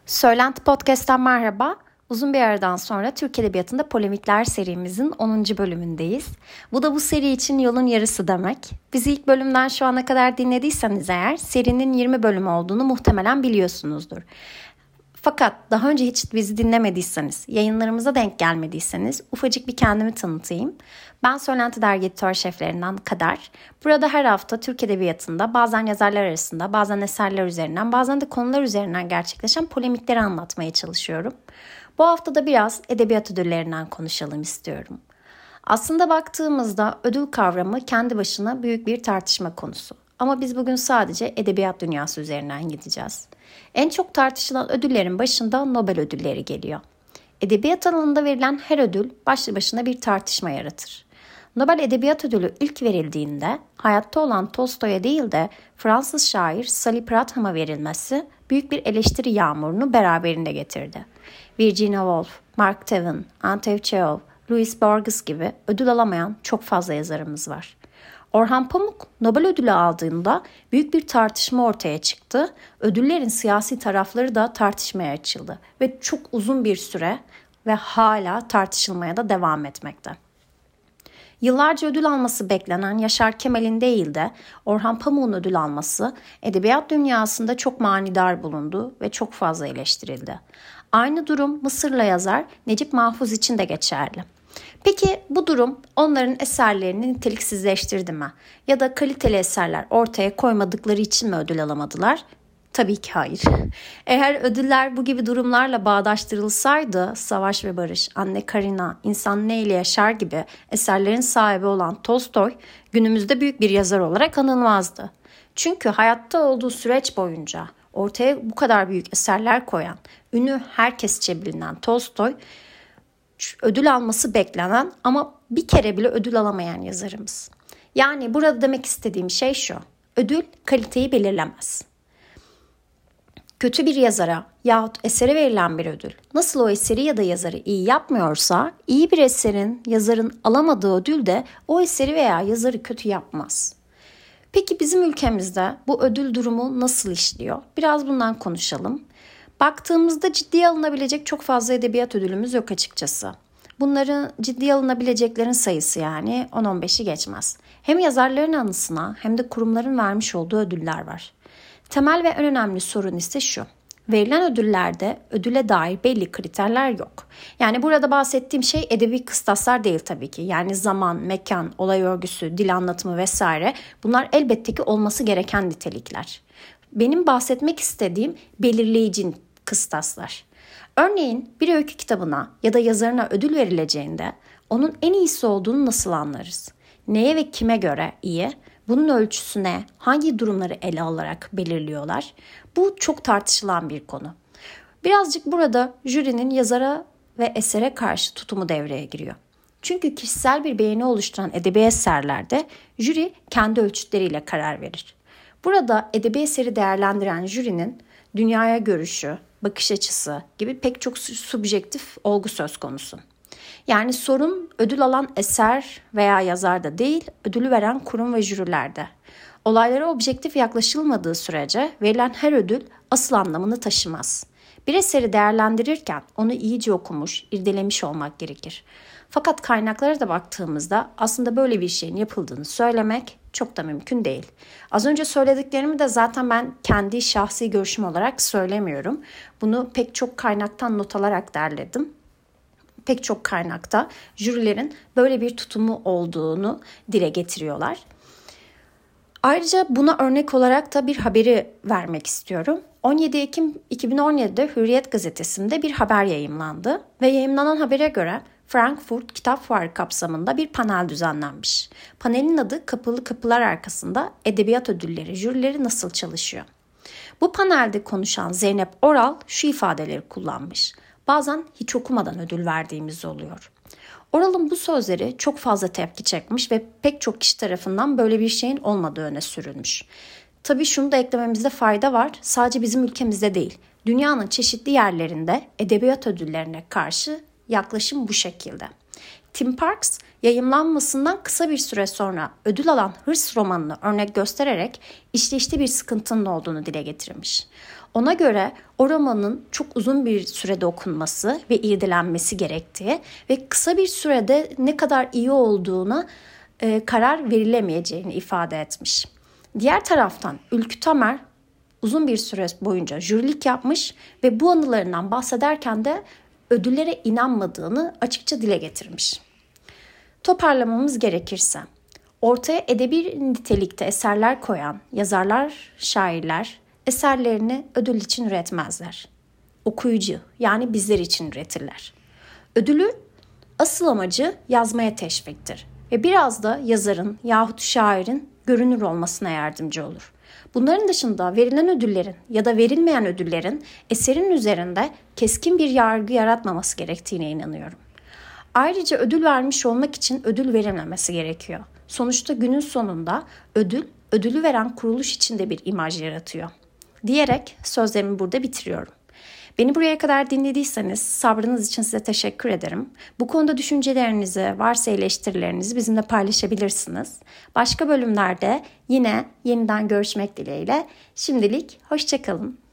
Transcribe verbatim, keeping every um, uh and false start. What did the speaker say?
Söylenti Podcast'ten merhaba. Uzun bir aradan sonra Türk Edebiyatı'nda Polemikler serimizin onuncu bölümündeyiz. Bu da bu seri için yolun yarısı demek. Bizi ilk bölümden şu ana kadar dinlediyseniz eğer serinin yirmi bölüm olduğunu muhtemelen biliyorsunuzdur. Fakat daha önce hiç bizi dinlemediyseniz, yayınlarımıza denk gelmediyseniz ufacık bir kendimi tanıtayım. Ben Söylenti Dergi editör şeflerinden Kader. Burada her hafta Türk Edebiyatı'nda bazen yazarlar arasında, bazen eserler üzerinden, bazen de konular üzerinden gerçekleşen polemikleri anlatmaya çalışıyorum. Bu hafta da biraz edebiyat ödüllerinden konuşalım istiyorum. Aslında baktığımızda ödül kavramı kendi başına büyük bir tartışma konusu. Ama biz bugün sadece edebiyat dünyası üzerinden gideceğiz. En çok tartışılan ödüllerin başında Nobel ödülleri geliyor. Edebiyat alanında verilen her ödül başlı başına bir tartışma yaratır. Nobel Edebiyat Ödülü ilk verildiğinde hayatta olan Tolstoy'a değil de Fransız şair Sally Pratham'a verilmesi büyük bir eleştiri yağmurunu beraberinde getirdi. Virginia Woolf, Mark Twain, Anton Çehov, Louis Borges gibi ödül alamayan çok fazla yazarımız var. Orhan Pamuk Nobel ödülü aldığında büyük bir tartışma ortaya çıktı. Ödüllerin siyasi tarafları da tartışmaya açıldı ve çok uzun bir süre ve hala tartışılmaya da devam etmekte. Yıllarca ödül alması beklenen Yaşar Kemal'in değil de Orhan Pamuk'un ödül alması edebiyat dünyasında çok manidar bulundu ve çok fazla eleştirildi. Aynı durum Mısırlı yazar Necip Mahfuz için de geçerli. Peki bu durum onların eserlerini niteliksizleştirdi mi? Ya da kaliteli eserler ortaya koymadıkları için mi ödül alamadılar? Tabii ki hayır. Eğer ödüller bu gibi durumlarla bağdaştırılsaydı Savaş ve Barış, Anne Karina, İnsan Ne ile Yaşar gibi eserlerin sahibi olan Tolstoy günümüzde büyük bir yazar olarak anılmazdı. Çünkü hayatta olduğu süreç boyunca ortaya bu kadar büyük eserler koyan, ünü herkesçe bilinen Tolstoy ödül alması beklenen ama bir kere bile ödül alamayan yazarımız. Yani burada demek istediğim şey şu: ödül kaliteyi belirlemez. Kötü bir yazara yahut esere verilen bir ödül nasıl o eseri ya da yazarı iyi yapmıyorsa, iyi bir eserin, yazarın alamadığı ödül de o eseri veya yazarı kötü yapmaz. Peki bizim ülkemizde bu ödül durumu nasıl işliyor? Biraz bundan konuşalım. Baktığımızda ciddiye alınabilecek çok fazla edebiyat ödülümüz yok açıkçası. Bunların ciddiye alınabileceklerin sayısı yani on on beşi geçmez. Hem yazarların anısına hem de kurumların vermiş olduğu ödüller var. Temel ve en önemli sorun ise şu: verilen ödüllerde ödüle dair belli kriterler yok. Yani burada bahsettiğim şey edebi kıstaslar değil tabii ki. Yani zaman, mekan, olay örgüsü, dil anlatımı vesaire, bunlar elbette ki olması gereken nitelikler. Benim bahsetmek istediğim belirleyici kıstaslar. Örneğin bir öykü kitabına ya da yazarına ödül verileceğinde onun en iyisi olduğunu nasıl anlarız? Neye ve kime göre iyi? Bunun ölçüsü ne? Hangi durumları ele alarak belirliyorlar? Bu çok tartışılan bir konu. Birazcık burada jürinin yazara ve esere karşı tutumu devreye giriyor. Çünkü kişisel bir beğeni oluşturan edebi eserlerde jüri kendi ölçütleriyle karar verir. Burada edebi eseri değerlendiren jürinin dünyaya görüşü, bakış açısı gibi pek çok subjektif olgu söz konusu. Yani sorun ödül alan eser veya yazarda değil, ödülü veren kurum ve jürilerde. Olaylara objektif yaklaşılmadığı sürece verilen her ödül asıl anlamını taşımaz. Bir eseri değerlendirirken onu iyice okumuş, irdelemiş olmak gerekir. Fakat kaynaklara da baktığımızda aslında böyle bir şeyin yapıldığını söylemek çok da mümkün değil. Az önce söylediklerimi de zaten ben kendi şahsi görüşüm olarak söylemiyorum. Bunu pek çok kaynaktan not alarak derledim. Pek çok kaynakta jürilerin böyle bir tutumu olduğunu dile getiriyorlar. Ayrıca buna örnek olarak da bir haberi vermek istiyorum. on yedi Ekim iki bin on yedide Hürriyet gazetesinde bir haber yayımlandı ve yayımlanan habere göre Frankfurt Kitap Fuarı kapsamında bir panel düzenlenmiş. Panelin adı "Kapalı Kapılar Arkasında Edebiyat Ödülleri Jürileri Nasıl Çalışıyor?" Bu panelde konuşan Zeynep Oral şu ifadeleri kullanmış: "Bazen hiç okumadan ödül verdiğimiz oluyor." Oral'ın bu sözleri çok fazla tepki çekmiş ve pek çok kişi tarafından böyle bir şeyin olmadığı öne sürülmüş. Tabii şunu da eklememizde fayda var. Sadece bizim ülkemizde değil, dünyanın çeşitli yerlerinde edebiyat ödüllerine karşı yaklaşım bu şekilde. Tim Parks yayımlanmasından kısa bir süre sonra ödül alan Hırs romanını örnek göstererek işleyişte bir sıkıntının olduğunu dile getirmiş. Ona göre o romanın çok uzun bir sürede okunması ve irdelenmesi gerektiği ve kısa bir sürede ne kadar iyi olduğuna e, karar verilemeyeceğini ifade etmiş. Diğer taraftan Ülkü Tamer uzun bir süre boyunca jürilik yapmış ve bu anılarından bahsederken de ödüllere inanmadığını açıkça dile getirmiş. Toparlamamız gerekirse, ortaya edebi nitelikte eserler koyan yazarlar, şairler eserlerini ödül için üretmezler. Okuyucu yani bizler için üretirler. Ödülün asıl amacı yazmaya teşviktir ve biraz da yazarın yahut şairin görünür olmasına yardımcı olur. Bunların dışında verilen ödüllerin ya da verilmeyen ödüllerin eserin üzerinde keskin bir yargı yaratmaması gerektiğine inanıyorum. Ayrıca ödül vermiş olmak için ödül verilmemesi gerekiyor. Sonuçta günün sonunda ödül, ödülü veren kuruluş içinde bir imaj yaratıyor. Diyerek sözlerimi burada bitiriyorum. Beni buraya kadar dinlediyseniz sabrınız için size teşekkür ederim. Bu konuda düşüncelerinizi, varsa eleştirilerinizi bizimle paylaşabilirsiniz. Başka bölümlerde yine yeniden görüşmek dileğiyle. Şimdilik hoşça kalın.